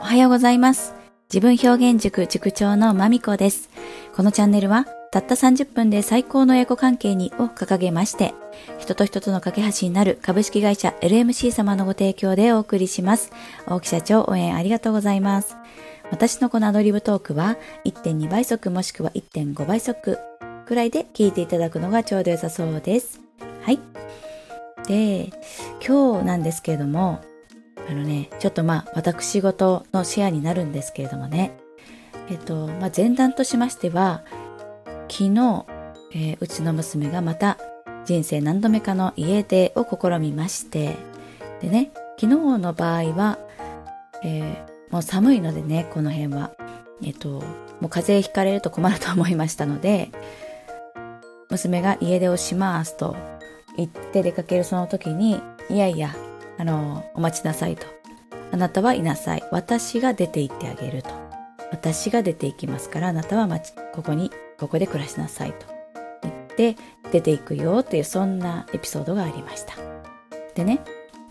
はようございます。自分表現塾塾長のまみこです。このチャンネルはたった30分で最高のエコ関係にを掲げまして、人と人との架け橋になる株式会社 LMC 様のご提供でお送りします。大木社長、応援ありがとうございます。私のこのアドリブトークは 1.2 倍速もしくは 1.5 倍速くらいで聞いていただくのがちょうど良さそうです。はい。で、今日なんですけれども、ちょっと私事のシェアになるんですけれどもね。前段としましては、昨日、うちの娘がまた人生何度目かの家出を試みまして、でね、昨日の場合は、もう寒いのでね、この辺は、もう風邪ひかれると困ると思いましたので、娘が家出をしますと言って出かけるその時に、いやいや、お待ちなさいと。あなたはいなさい。私が出て行ってあげると。私が出て行きますから、あなたはここで暮らしなさいと言って出て行くよという、そんなエピソードがありました。でね、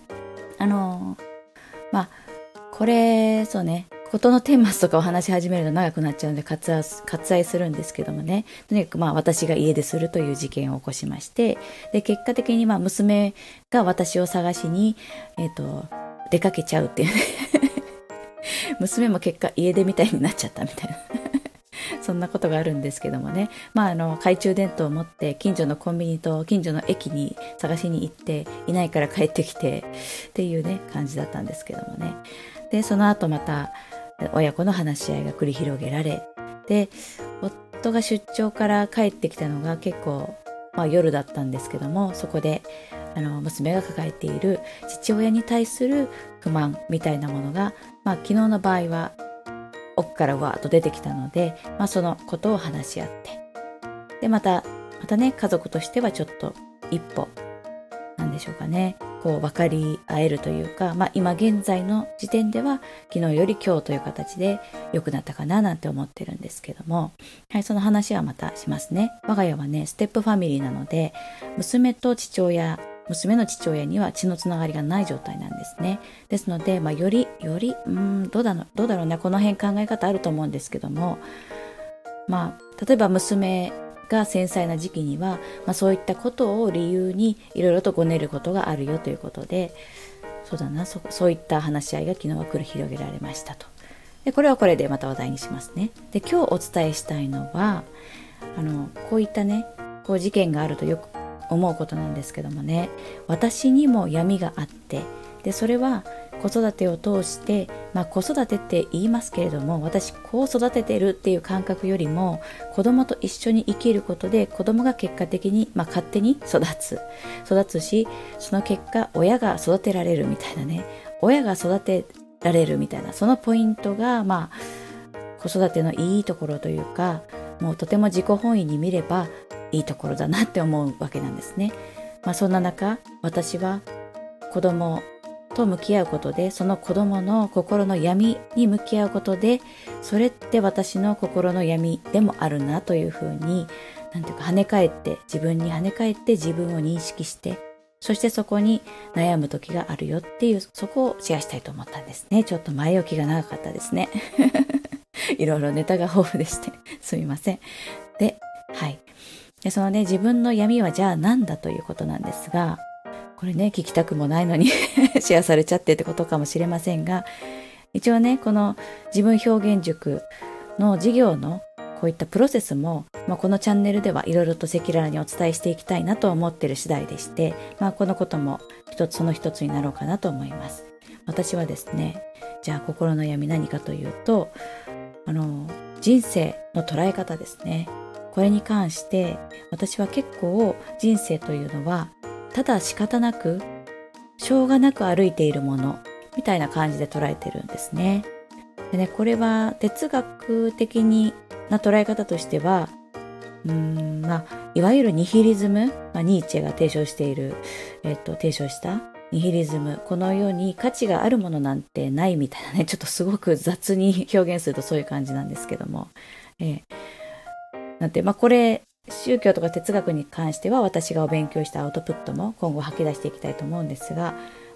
これ、そうね、ことの顛末とかを話し始めると長くなっちゃうので割愛するんですけどもね、とにかく私が家出するという事件を起こしまして、で結果的に娘が私を探しに、出かけちゃうっていうね娘も結果家出みたいになっちゃったみたいなそんなことがあるんですけどもね、懐中電灯を持って近所のコンビニと近所の駅に探しに行っていないから帰ってきてっていうね感じだったんですけどもね。でその後また親子の話し合いが繰り広げられ、で夫が出張から帰ってきたのが結構、夜だったんですけども、そこで娘が抱えている父親に対する不満みたいなものが、昨日の場合は奥からわーっと出てきたので、そのことを話し合って、でまたね、家族としてはちょっと一歩なんでしょうかね、こう分かり合えるというか、今現在の時点では昨日より今日という形で良くなったかななんて思ってるんですけども、はい、その話はまたしますね。我が家はねステップファミリーなので、娘の父親には血のつながりがない状態なんですね。ですので、よりどうだろうね、この辺考え方あると思うんですけども、例えば娘が繊細な時期には、そういったことを理由にいろいろとごねることがあるよということで、そういった話し合いが昨日は繰り広げられましたと。でこれはこれでまた話題にしますね。で今日お伝えしたいのはこういったねこう事件があるとよく思うことなんですけどもね、私にも闇があって、でそれは子育てを通して、子育てって言いますけれども、私こう育ててるっていう感覚よりも、子供と一緒に生きることで子供が結果的に、勝手に育つし、その結果親が育てられるみたいなね、親が育てられるみたいな、そのポイントが子育てのいいところというか、もうとても自己本位に見ればいいところだなって思うわけなんですね。そんな中、私は子供と向き合うことで、その子供の心の闇に向き合うことで、それって私の心の闇でもあるなというふうに、自分に跳ね返って自分を認識して、そしてそこに悩む時があるよっていう、そこをシェアしたいと思ったんですね。ちょっと前置きが長かったですねいろいろネタが豊富でしてすみません。で、はい。でそのね、自分の闇はじゃあ何だということなんですが、これね、聞きたくもないのにシェアされちゃってってことかもしれませんが、一応ね、この自分表現塾の事業のこういったプロセスも、このチャンネルではいろいろと赤裸々にお伝えしていきたいなと思っている次第でして、このこともその一つになろうかなと思います。私はですね、じゃあ心の闇何かというと、人生の捉え方ですね。これに関して私は結構人生というのはただ仕方なくしょうがなく歩いているものみたいな感じで捉えてるんですね。でね、これは哲学的な捉え方としては、いわゆるニヒリズム、ニーチェが提唱したニヒリズム、この世に価値があるものなんてないみたいなね、ちょっとすごく雑に表現するとそういう感じなんですけども、これ宗教とか哲学に関しては私がお勉強したアウトプットも今後吐き出していきたいと思うんですが、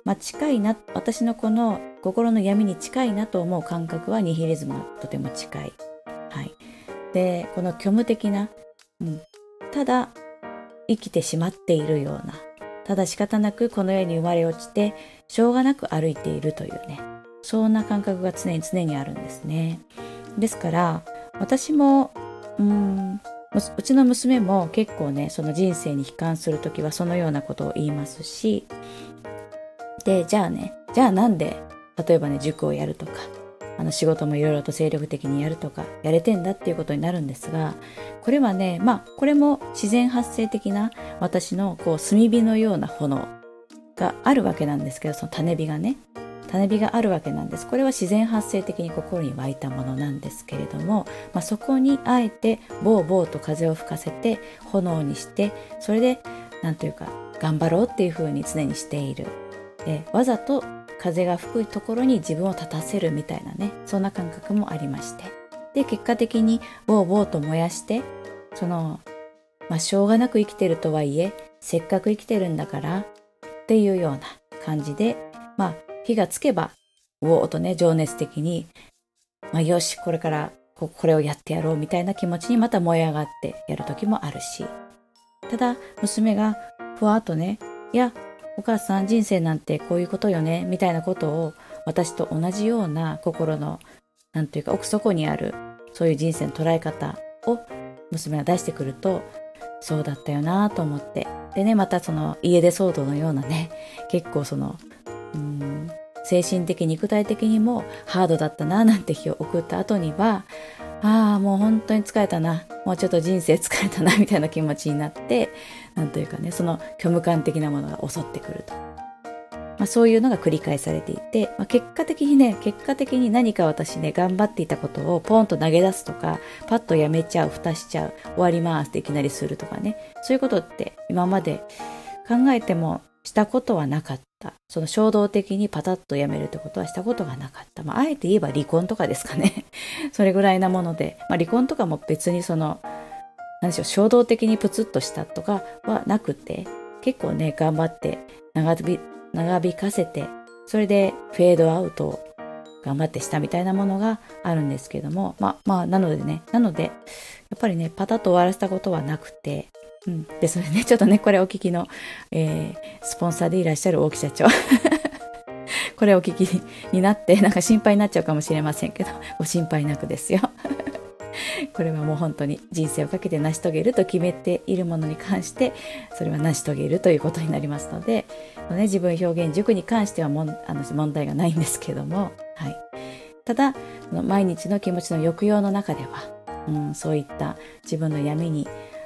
近いな、私のこの心の闇に近いなと思う感覚はニヒリズムがとても近い。はい。で、この虚無的な、ただ生きてしまっているような、ただ仕方なくこの世に生まれ落ちて、しょうがなく歩いているというね、そんな感覚が常にあるんですね。ですから、私も、うちの娘も結構ね、その人生に悲観するときはそのようなことを言いますし、で、じゃあなんで、例えばね、塾をやるとか、仕事もいろいろと精力的にやるとか、やれてんだっていうことになるんですが、これはね、これも自然発生的な私の炭火のような炎があるわけなんですけど、その種火があるわけなんです。これは自然発生的に心に湧いたものなんですけれども、そこにあえてボーボーと風を吹かせて炎にして、それでなんというか頑張ろうっていう風に常にしている。で、わざと風が吹くところに自分を立たせるみたいなね、そんな感覚もありまして、で、結果的にボーボーと燃やして、しょうがなく生きてるとはいえ、せっかく生きてるんだからっていうような感じで、火がつけばうおーとね、情熱的に、よし、これからこれをやってやろうみたいな気持ちにまた燃え上がってやる時もあるし、ただ娘がふわっとね、いやお母さん、人生なんてこういうことよねみたいなことを、私と同じような心のなんというか奥底にあるそういう人生の捉え方を娘が出してくると、そうだったよなと思って、でね、またその家出騒動のようなね、結構精神的肉体的にもハードだったななんて日を送った後には、もう本当に疲れたな、もうちょっと人生疲れたなみたいな気持ちになって、なんというかね、その虚無感的なものが襲ってくると、そういうのが繰り返されていて、結果的に何か私ね、頑張っていたことをポンと投げ出すとか、パッとやめちゃう、蓋しちゃう、終わりますっていきなりするとかね、そういうことって今まで考えてもしたことはなかった。その衝動的にパタッとやめるってことはしたことがなかった。あえて言えば離婚とかですかね。それぐらいなもので、離婚とかも別になんでしょう、衝動的にプツッとしたとかはなくて、結構ね、頑張って長引かせて、それでフェードアウトを頑張ってしたみたいなものがあるんですけども、なのでやっぱりね、パタッと終わらせたことはなくて、で、それね、ちょっとね、これお聞きの、スポンサーでいらっしゃる大木社長。これお聞きになって、なんか心配になっちゃうかもしれませんけど、ご心配なくですよ。これはもう本当に人生をかけて成し遂げると決めているものに関して、それは成し遂げるということになりますので、自分表現塾に関しては問題がないんですけども、はい。ただ、毎日の気持ちの抑揚の中では、そういった自分の闇に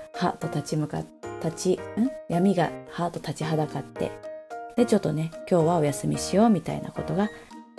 闇がハート立ちはだかって、で、ちょっとね、今日はお休みしようみたいなことが、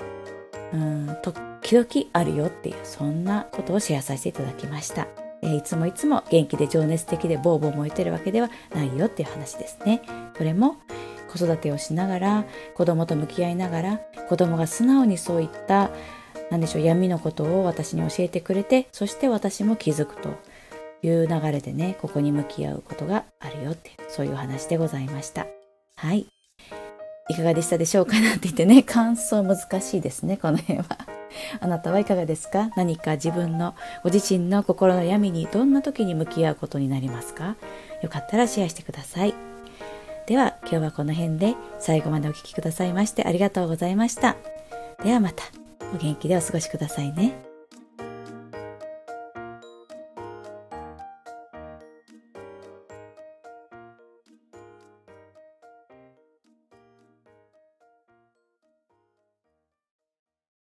時々あるよっていう、そんなことをシェアさせていただきました。いつも元気で情熱的でボーボー燃えてるわけではないよっていう話ですね。これも子育てをしながら、子供と向き合いながら、子供が素直にそういった、闇のことを私に教えてくれて、そして私も気づくという流れでね、ここに向き合うことがあるよっていう、そういう話でございました。はい。いかがでしたでしょうかなんて言ってね、感想難しいですね、この辺は。あなたはいかがですか？何かご自身の心の闇にどんな時に向き合うことになりますか？よかったらシェアしてください。では、今日はこの辺で最後までお聞きくださいましてありがとうございました。ではまた、お元気でお過ごしくださいね。